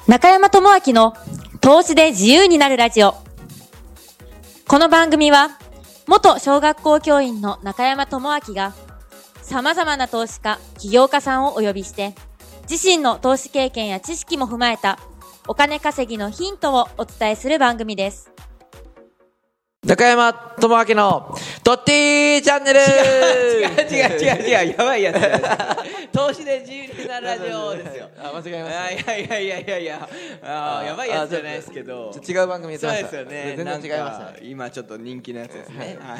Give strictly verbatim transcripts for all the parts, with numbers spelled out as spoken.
中山智明の投資で自由になるラジオ。この番組は元小学校教員の中山智明が様々な投資家、起業家さんをお呼びして自身の投資経験や知識も踏まえたお金稼ぎのヒントをお伝えする番組です。 中山智明のトッティーチャンネル。 違う違う違う違う、やばいやつ投資で自由になるラジオですよ。 あ、間違えました、 いやいやいやいやいや、あやばいやつじゃないですけど、 違う番組やってました。 そうですよね。 全然違いましたね。 今ちょっと人気のやつですね。はい。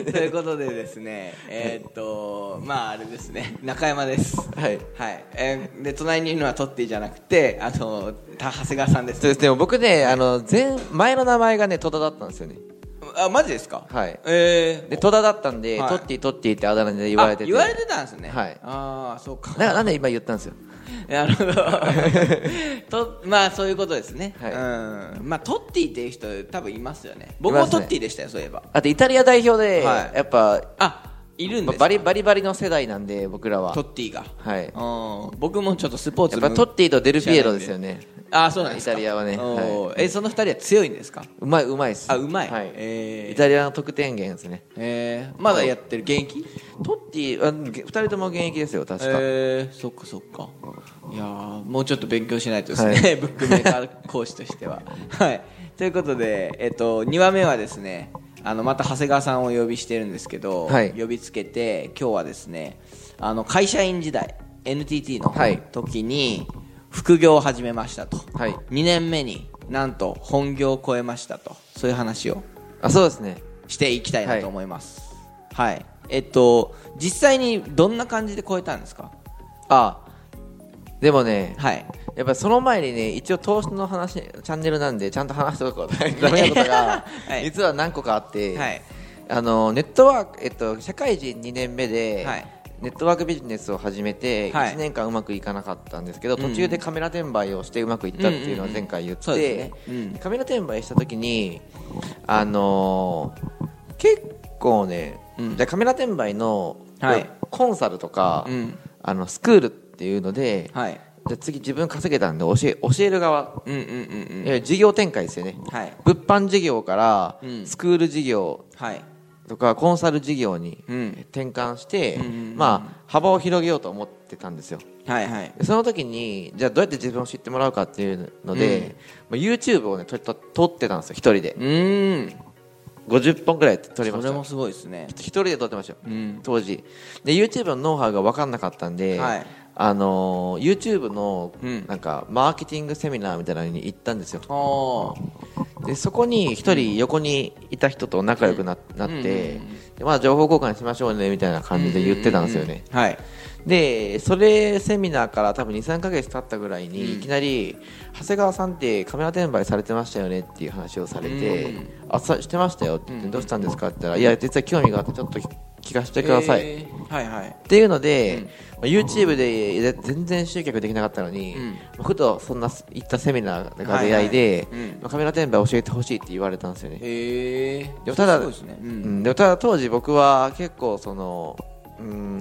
ということでですね、えー、っとまああれですね、中山です。 はいはい。えー、で隣にいるのはトッティじゃなくて、あの長谷川さんです。 そうですね。僕ね、あの前前の名前がね戸田だったんですよね。 あ、マジですか。 はい。 えー、 で戸田だったんで、 はい、 トッティトッティってあだ名で言われてて。 言われてたんですね。 はい。 ああ、そうか。 ななんで今言ったんですよ。 なるほどと、まあそういうことですね、 はい、 うん、まあトッティっていう人多分いますよね。僕もトッティでしたよ、そういえば。 あとイタリア代表で、はい、やっぱあいるんですか。 バリバリバリの世代なんで僕らはトッティが。 はい。 僕もちょっとスポーツやっぱトッティとデルピエロですよね。 あ、そうなんですか。 イタリアはね、 はい、えその二人は強いんですか。 うまいうまいです。 あ、うまい、 はい、 えー、 イタリアの得点源ですね。 えー、まだやってる、現役。 トッティはふたりとも現役ですよ確か。 えー、そっかそっか。いやもうちょっと勉強しないとですね、はい、ブックメーカー講師としてははいということで、えっと、にわめはですね、あのまた長谷川さんをお呼びしてるんですけど、はい、呼びつけて今日はですね、あの会社員時代 エヌティーティー の時に副業を始めましたと、はい、にねんめになんと本業を超えましたと、そういう話をあそうですねしていきたいなと思います。はい、はい、えっと実際にどんな感じで超えたんですか。 あでもね、 はい、 やっぱその前にね、一応投資の話チャンネルなんでちゃんと話しておくことダメなことが実は何個かあって、はい、あのネットワーク、えっと、社会人にねんめで、はい、ネットワークビジネスを始めていちねんかんうまくいかなかったんですけど、はい、途中でカメラ転売をしてうまくいったっていうのを前回言って、うんうんうんねうん、カメラ転売した時に、あのー、結構ね、うん、じゃカメラ転売の、はい、コンサルとか、うん、あのスクールっていうので、はい、じゃ次自分稼げたんで教え、教える側、うんうんうんうん、事業展開ですよね、はい、物販事業からスクール事業とかコンサル事業に転換して、うん、まあ、幅を広げようと思ってたんですよ、はいはい、その時にじゃあどうやって自分を知ってもらうかっていうので、うん、YouTube をねとと撮ってたんですよ一人で。うーんごじゅっぽんぐらい撮りました。 それもすごいですね。 一人で撮ってましたよ、うん、当時で YouTube のノウハウが分かんなかったんで、はい、あの YouTube のなんかマーケティングセミナーみたいなのに行ったんですよ、うん、でそこに一人横にいた人と仲良く な,、うん、なって、うんでまあ、情報交換しましょうねみたいな感じで言ってたんですよね、うんうんうんはい、でそれセミナーから多分 にさんかげつ経ったぐらいにいきなり、うん、長谷川さんってカメラ転売されてましたよねっていう話をされて、うん、あさしてましたよって言って、うん、どうしたんですかって言ったら、いや実は興味があってちょっと聞かせてください、えーはいはい、っていうので、うんまあ、YouTube で全然集客できなかったのに、うんまあ、ふとそんな行ったセミナーが出会いで、はいはいうんまあ、カメラ転売教えてほしいって言われたんですよね。へーでもただ、そうですねうん、でもただ当時僕は結構その、うん、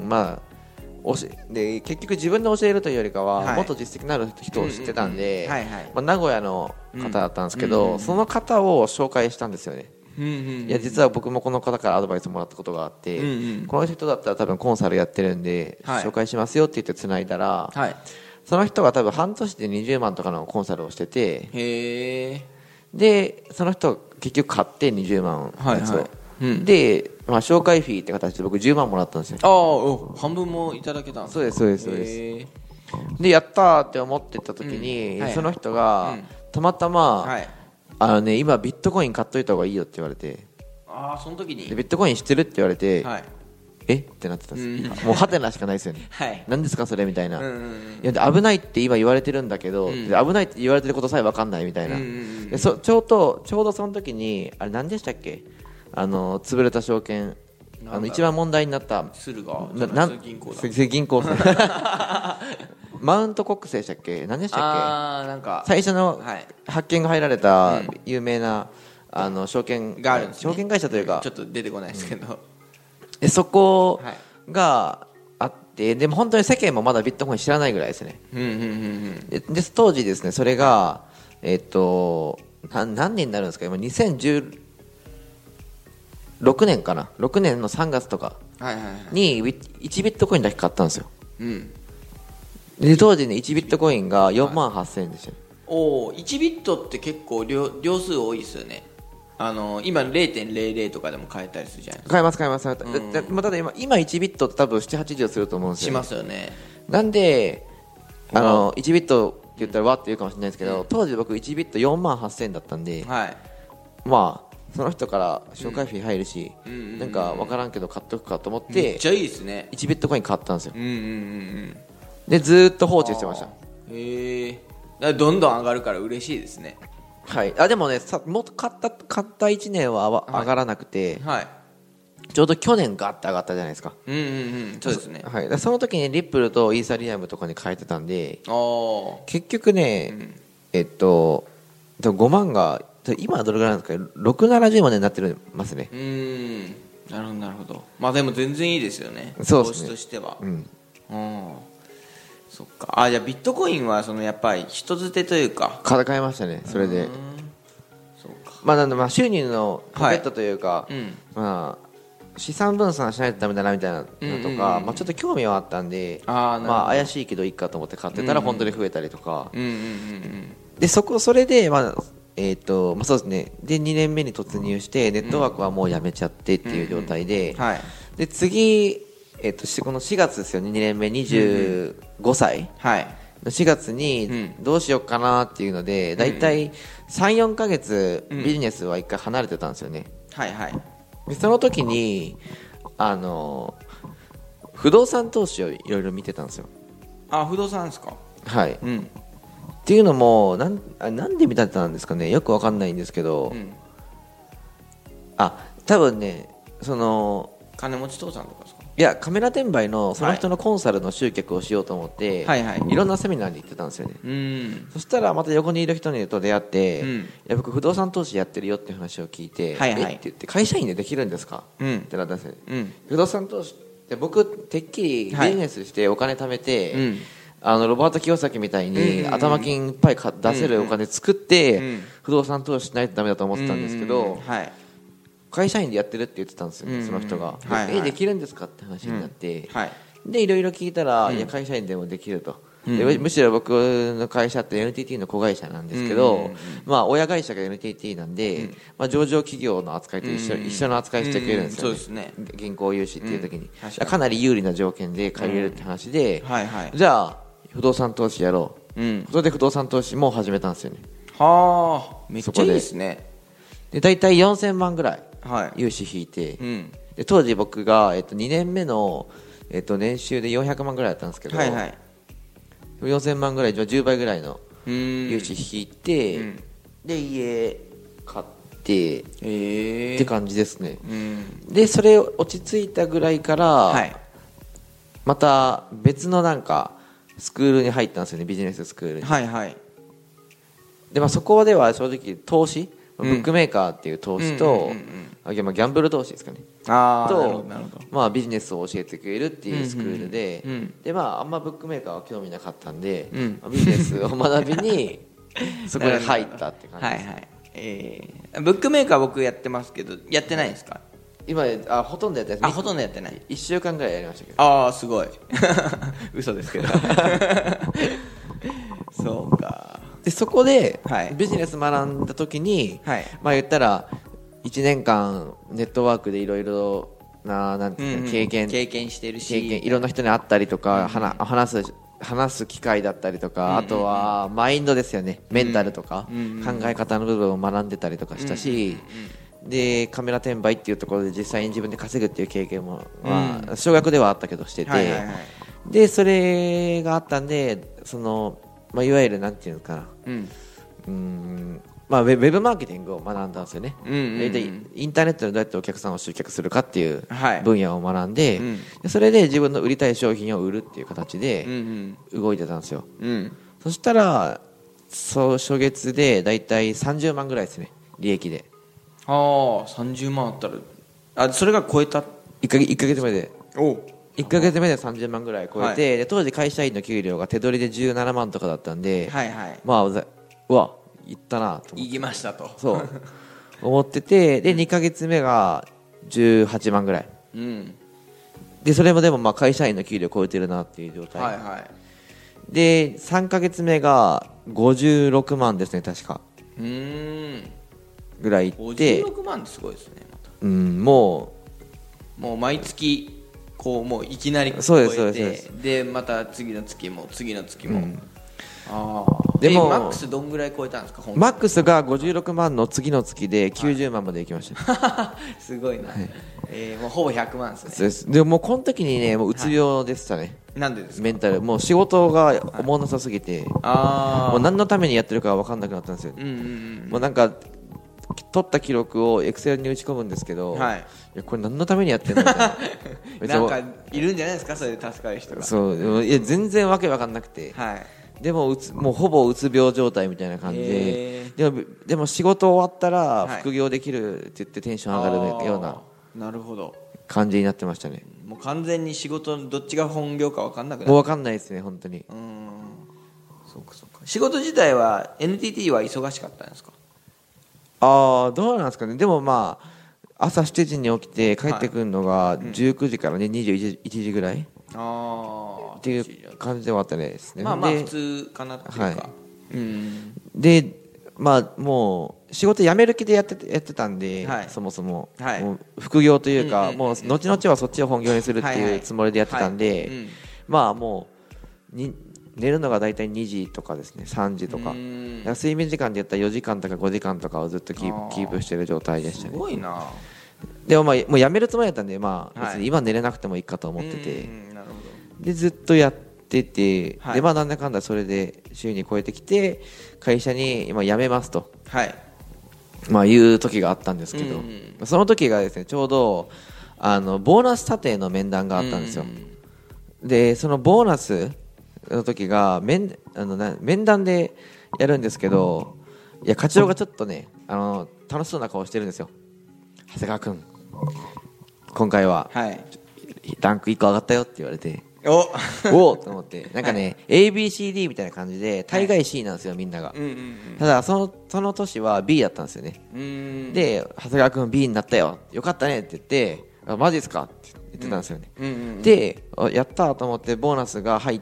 まあ教えで結局自分で教えるというよりかは、はい、もっと実績のある人を知ってたんで名古屋の方だったんですけど、うんうんうん、その方を紹介したんですよね。うんうんうん、いや実は僕もこの方からアドバイスもらったことがあって、うんうん、この人だったら多分コンサルやってるんで、はい、紹介しますよって言ってつないだら、はい、その人が多分半年でにじゅうまんとかのコンサルをしてて、へでその人結局買ってにじゅうまんのやつを、はいはいうん、で、まあ、紹介フィーって形で僕じゅうまんもらったんですよ。 ああ半分もいただけたんですか。 そうですそうですそうですでやったーって思ってた時に、うんはい、その人が、うん、たまたま、はいあのね、今ビットコイン買っといた方がいいよって言われて、 あその時にでビットコイン知ってるって言われて、はい、えってなってたんです、うん、もうハテナしかないですよね、はい、何ですかそれみたいな、うんうんうん、いや危ないって今言われてるんだけど、うん、危ないって言われてることさえ分かんないみたいな、うんうんうん、でそちょうどちょうどその時にあれ何でしたっけ、あの潰れた証券、あの一番問題になった駿河銀行だ銀行マウントコックスでしたっけ、何でしたっけ、 あなんか最初の発見が入られた有名な、うん、あの証券があるんです、ね、 証券会社というかちょっと出てこないですけど、 うん、でそこが、 あって、でも本当に世間もまだビットコイン知らないぐらいですね。 うんうんうんうん、 でで当時ですね、それがえっとな何年になるんですか、今にせんじゅうろくねんかな、ろくねんのさんがつとかにいちビットコインだけ買ったんですよ、うん、で当時ねいちビットコインがよんまんはっせんえんでした、はい、 おーいちビットって結構 量, 量数多いですよね。あの今 ゼロてんゼロゼロ とかでも買えたりするじゃないですか。 買えます買えます、うん、だだただ 今, 今いちビットって多分ななじゅうはちじゅうすると思うんですよ、 しますよね。 なんであのいちビットって言ったらわって言うかもしれないですけど、うん、当時僕いちビットよんまんはっせんえんだったんで、はい、まあその人から紹介費入るし、うん、なんか分からんけど買っとくかと思ってめっちゃいいですね、 いちビットコイン買ったんですよ、うんうんうんうん、でずっと放置してました。 へえ、どんどん上がるから嬉しいですね。 はい、あでもねさもっと買った買ったいちねんは上がらなくて、はいはい、ちょうど去年ガッて上がったじゃないですか。うんうんうん、そうですね。はい、その時にリップルとイーサリアムとかに変えてたんで、結局ね、うん、えっとごまんが今はどれぐらいなんですか、ろくじゅうななじゅうまでになってますね。 うん、なるほどなるほど。まあでも全然いいですよね、 そうですね、 投資としては。うん、うん、そっか。あ、じゃあビットコインはそのやっぱり人づてというか買いましたね、それで。そうか。まあなんでまあ収入のポケットというか、はい、うん、まあ資産分散しないとダメだなみたいなのとか、うんうんうん、まあ、ちょっと興味はあったんで、あ、まあ、怪しいけどいいかと思って買ってたら本当に増えたりとか、うんうんうんうん、でそこそれで、まあえーとまあ、そうですね、でにねんめに突入してネットワークはもうやめちゃってっていう状態で、うんうん、はい、で次、えー、とこのしがつですよね、にねんめにじゅうごさい、うんうん、はいのしがつにどうしようかなっていうので、だいたいさん、よんかげつビジネスは一回離れてたんですよね、うん、はいはい。でその時にあの不動産投資をいろいろ見てたんですよ。 あ、不動産ですか。 はい、うん、っていうのもなんなんで見てたんですかね、よくわかんないんですけど、うん、あ多分ね、その金持ち父さんとかですか。 いや、カメラ転売のその人のコンサルの集客をしようと思って、はいはいはい、いろんなセミナーに行ってたんですよね。うん、そしたらまた横にいる人にと出会って、うん、いや僕不動産投資やってるよっていう話を聞いて、はいはい、えって言って、会社員でできるんですか、うん、ってなったんですよ、うん、不動産投資って僕てっきりビジネスしてお金貯めて、はい、あのロバート清崎みたいに頭金いっぱい出せるお金作って不動産投資しないとダメだと思ってたんですけど、はい、会社員でやってるって言ってたんですよね、その人が。はいはい、えできるんですかって話になって、うん、はい、でいろいろ聞いたら、うん、いや会社員でもできると、うん、でむしろ僕の会社って エヌティーティー の子会社なんですけど、うんうんうん、まあ、親会社が エヌティーティー なんで、うん、まあ、上場企業の扱いと一緒、うんうん、一緒の扱いしてくれるんですよね、うんうん、そうですね、銀行融資っていう時に、うん、か, かなり有利な条件で借りれるって話で、うん、はいはい、じゃあ不動産投資やろう、うん、それで不動産投資も始めたんですよね。 はあ、めっちゃいいですね。 で大体よんせんまんぐらい融資引いて、はい、うん、で当時僕が、えっと、にねんめの、えっと、年収でよんひゃくまんぐらいだったんですけど、はいはい、よんせんまんぐらい、じゅうばいぐらいの融資引いて、うん、で家買って、えー、って感じですね、うん、でそれ落ち着いたぐらいから、はい、また別のなんかスクールに入ったんですよね、ビジネススクールに、はいはい、で、まあ、そこでは正直投資、ブックメーカーっていう投資と、うんうんうんうん、ギャンブル投資ですかね、あと、まあ、ビジネスを教えてくれるっていうスクールで、うんうんうん、で、まあ、あんまブックメーカーは興味なかったんで、うん、ビジネスを学びにそこに入ったって感じです、はいはい、 えー、ブックメーカー僕やってますけどやってないんですか。 今あほとんどやってない。 あ、ほとんどやってない。 いっしゅうかんぐらいやりましたけど。 ああ、すごい嘘ですけどそうか。 でそこでビジネス学んだ時に、はい、まあ言ったらいちねんかんネットワークでいろいろな、なんていうか、うんうん、経験経験してるし、 経験いろんな人に会ったりとか、うんうん、話す話す機会だったりとか、うんうんうん、あとはマインドですよね、メンタルとか、うんうんうん、考え方の部分を学んでたりとかしたし、うんうんうん、でカメラ転売っていうところで実際に自分で稼ぐっていう経験も、まあ、小学ではあったけどしてて、はいはいはい、でそれがあったんで、その、まあ、いわゆるなんていうのかな、うん、うーん、まあ、ウェブマーケティングを学んだんですよね、うんうんうん、でインターネットでどうやってお客さんを集客するかっていう分野を学んで、はい、うん、でそれで自分の売りたい商品を売るっていう形で動いてたんですよ、うんうん、そしたらそう初月でだいたいさんじゅうまんぐらいですね、利益で。 ああ、さんじゅうまんあったら、あ、それが超えた。 いっかげつまえでおいっかげつめでさんじゅうまんぐらい超えて、はい、で当時会社員の給料が手取りでじゅうななまんとかだったんで、はいはい、まあうわいったなと行きましたとそう思ってて、でにかげつめがじゅうはちまんぐらい、うん、でそれもでもまあ会社員の給料超えてるなっていう状態、はいはい、でさんかげつめがごじゅうろくまんですね確か、うーんぐらいいってごじゅうろくまんってすごいですね、また、うん、もうもう毎月こうもういきなり超えて、そうですそうです、でまた次の月も次の月も、うん、あでもマックスどんぐらい超えたんですか？ マックスがごじゅうろくまんの次の月できゅうじゅうまんまでいきました、 はい、すごいな、はい、えー、もうほぼひゃくまんですね。 そうです。でもこの時にねもううつ病でしたね、 はい、なんでですか？ メンタルもう仕事がおもんなさすぎて、はい、あもう何のためにやってるか分かんなくなったんですよ、うんうんうん、もうなんか取った記録をエクセルに打ち込むんですけど、はい、いやこれ何のためにやってんのみたいななんかいるんじゃないですかそれで助かる人が。 そうでもいや全然わけわかんなくて、はい、でもうつもうほぼうつ病状態みたいな感じで、でもでも仕事終わったら副業できるって言ってテンション上がるような、 なるほど感じになってましたね。 もう完全に仕事どっちが本業か分かんなくなる。 もう分かんないですね本当に。うん、 そうかそうか。仕事自体は エヌティーティー は忙しかったんですか？ ああどうなんですかね。でもまあ朝しちじに起きて帰ってくるのがじゅうくじからねにじゅういちじぐらい、あっていう感じではあったですね。 まあまあ普通かなっていうか、はい、 うん、でまあもう仕事辞める気でやってやってたんで、はい、そもそも、はい、もう副業というか、うんうんうん、もう後々はそっちを本業にするっていうつもりでやってたんで、はいはいはい、うん、まあもうに寝るのが大体にじとかですねさんじとか、睡眠時間で言ったらよじかんとかごじかんとかをずっとキープ、キープしてる状態でしたね。 すごいな。 でもまあもう辞めるつもりだったんで、まあ別に今寝れなくてもいいかと思ってて、なるほど。でずっとやってて、はい、でまあなんだかんだそれで週に超えてきて会社に今辞めますと、はい、まあいう時があったんですけど、うんうん、その時がですねちょうどあのボーナス査定の面談があったんですよ、うんうん、でそのボーナスの時が面あのな面談でやるんですけど、いや課長がちょっとねあの楽しそうな顔してるんですよ。長谷川君今回は、はい、ランクいっこ上がったよって言われて、おおと思ってなんかね、はい、エービーシーディー みたいな感じで大概 C なんですよ、はい、みんなが、うんうんうん、ただそのその年は B だったんですよね。うん、で長谷川君 B になったよよかったねって言って、あマジですかって言ってたんですよね、うんうんうんうん、でやったと思ってボーナスが入って、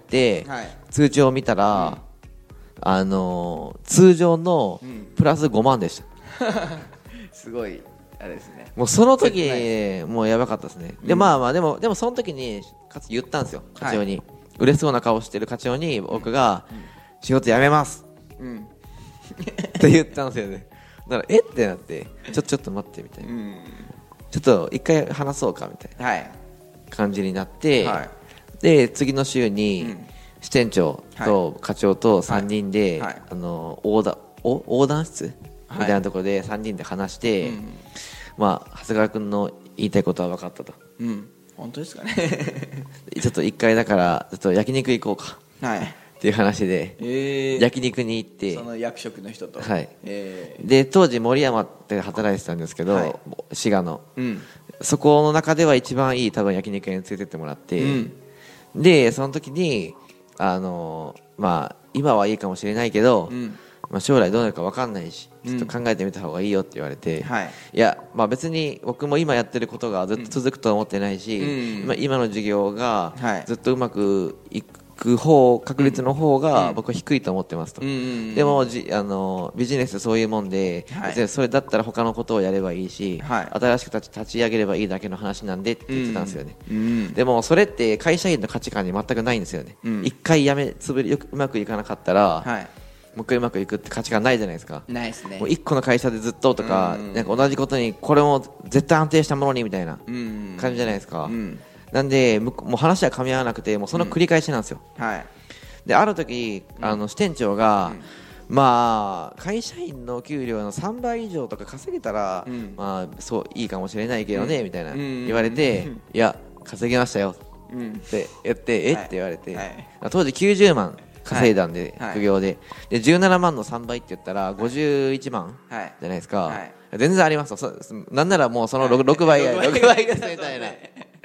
はい、通帳を見たら、うん、あのー、通常のプラスごまんでした、うん、 すごいあれですね。 もうその時もうやばかったですね、うん、でまあまあでもでもその時にかつ言ったんですよ課長に、はい、嬉しそうな顔してる課長に僕が、うん、仕事辞めます、うん、って言ったんですよね。だからえってなってちょちょっと待ってみたいな、うん、ちょっと一回話そうかみたいな感じになって、はい、で次の週に、うん、支店長と課長とさんにんで、はいはい、あの横断横断室みたいなところでさんにんで話して、はい、まあ長谷川君の言いたいことは分かったと、 うん、本当ですかねちょっと一回だからちょっと焼肉行こうか、はい、っていう話で、えー、焼肉に行って、 その役職の人と、 はい、えー、で当時森山って働いてたんですけど、はい、滋賀の、うん、そこの中では一番いい多分焼肉屋に連れてってもらって、うん、でその時にあのまあ今はいいかもしれないけど、うん、まあ、将来どうなるか分かんないしちょっと考えてみた方がいいよって言われて、うん、はい、いや、まあ、別に僕も今やってることがずっと続くとは思ってないし、うん、まあ、今の授業がずっとうまくいく方確率の方が僕は低いと思ってますと、うん、でもじあのビジネスそういうもんで、はい、それだったら他のことをやればいいし、はい、新しく立ち、立ち上げればいいだけの話なんでって言ってたんですよね、うん、でもそれって会社員の価値観に全くないんですよね、うん、一回やめつぶりよくうまくいかなかったら、はい、もう一回うまくいくって価値観ないじゃないですか。 ないですね。 もう一個の会社でずっととか、うん、なんか同じことにこれも絶対安定したものにみたいな感じじゃないですか、うん、なんでもう話は噛み合わなくてもうその繰り返しなんですよ、うん、はい、である時あの支店長が、うん、まあ会社員の給料のさんばい以上とか稼げたら、うん、まあそういいかもしれないけどね、うん、みたいな言われて、うん、いや稼げましたよって言って、うん、えって言われて、はいはい、当時きゅうじゅうまん稼いだんで、はい、副業で、でじゅうななまんのさんばいって言ったらごじゅういちまんじゃないですか、はい、全然ありますと、そなんならもうその 6, 6倍ろくばいですみたいな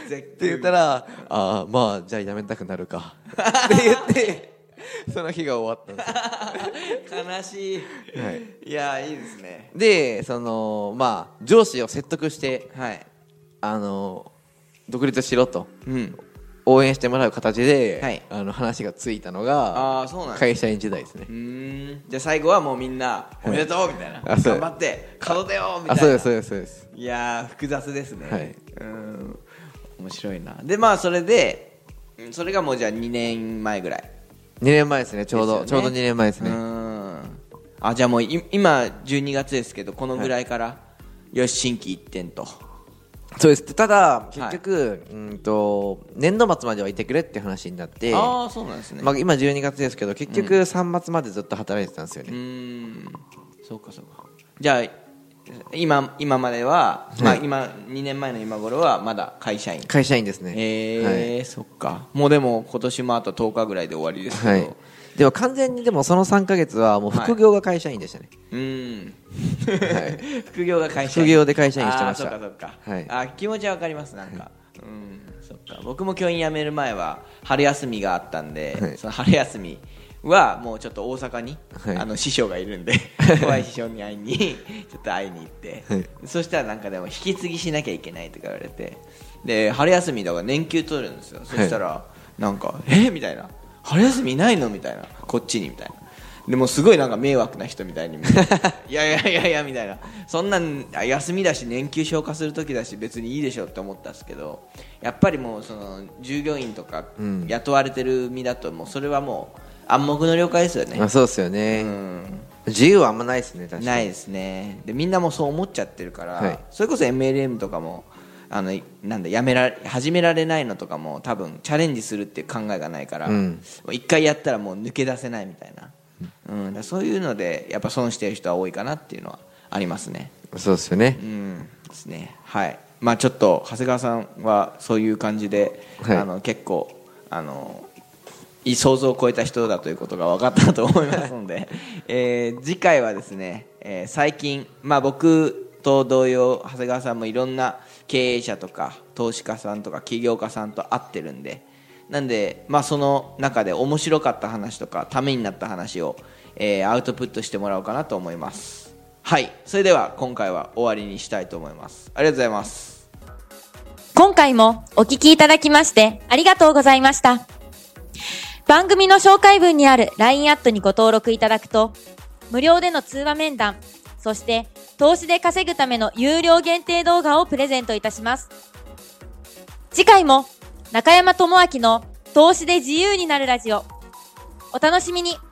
って言ったら、ああまあじゃあやめたくなるかって言ってその日が終わったんですよ悲しい、はい、いやいいですね。 でそのまあ上司を説得して、 はい、 あの独立しろと、 うん、 応援してもらう形で、 はい、 あの話がついたのが会社員時代ですね。 うーん、じゃあ最後はもうみんなおめでとうみたいな、はい、頑張って門出よみたいな。 あ、そうですそうですそうです。 いや複雑ですね、 はい、 うん、面白いな。でまあそれでそれがもうじゃあにねんまえぐらい。 にねんまえですね、ちょうど、ね、ちょうどにねんまえですね。 うん、あ、じゃあもう今じゅうにがつですけどこのぐらいから、はい、よし心機一転と。 そうです。ただ結局、はい、うんと年度末まではいてくれって話になって、 ああそうなんですね。 まあ、今じゅうにがつですけど結局さんがつまでずっと働いてたんですよね。 うん、うーん、そうかそうか。じゃあ今今までは、まあ、今にねんまえの今頃はまだ会社員。 会社員ですね。 えーはい、そっか。もうでも今年もあととおかぐらいで終わりですけど、はい、 でも完全にでもそのさんかげつはもう副業が会社員でしたね。 はい、うん、はい、副業が会社員。 副業で会社員してました。 あ、そっかそっか、 はい、 あ、気持ちは分かります。なんか、はい、うん、そっか。僕も教員辞める前は春休みがあったんで、はい、その春休みはもうちょっと大阪に、はい、あの師匠がいるんで怖い師匠に会いにちょっと会いに行って、はい、そしたらなんかでも引き継ぎしなきゃいけないとか言われて、で春休みだから年休取るんですよ。そしたら、はい、なんかえみたいな、春休みないのみたいな、こっちにみたいな。でもすごいなんか迷惑な人みたいにいやいやいやいやみたいな、そんなん休みだし年休消化する時だし別にいいでしょって思ったんですけど、やっぱりもうその従業員とか雇われてる身だともうそれはもう暗黙の了解ですよね。 あ、そうですよね、うん、自由はあんまないですね。確かにないですね。でみんなもそう思っちゃってるから、はい、それこそ エムエルエム とかもあのなんだやめられ始められないのとかも多分チャレンジするっていう考えがないから、うん、一回やったらもう抜け出せないみたいな、うん、だそういうのでやっぱ損してる人は多いかなっていうのはありますね。 そうですよね、 うん、ですね。はい。まあちょっと長谷川さんはそういう感じで、はい、あの結構あの想像を超えた人だということが分かったと思いますので、えー、次回はですね、えー、最近、まあ、僕と同様長谷川さんもいろんな経営者とか投資家さんとか起業家さんと会ってるんで、なんで、まあ、その中で面白かった話とかためになった話を、えー、アウトプットしてもらおうかなと思います。はい、それでは今回は終わりにしたいと思います。ありがとうございます。 今回もお聞きいただきましてありがとうございました。番組の紹介文にある ライン アットにご登録いただくと、無料での通話面談、そして投資で稼ぐための有料限定動画をプレゼントいたします。次回も中山智明の投資で自由になるラジオ、お楽しみに。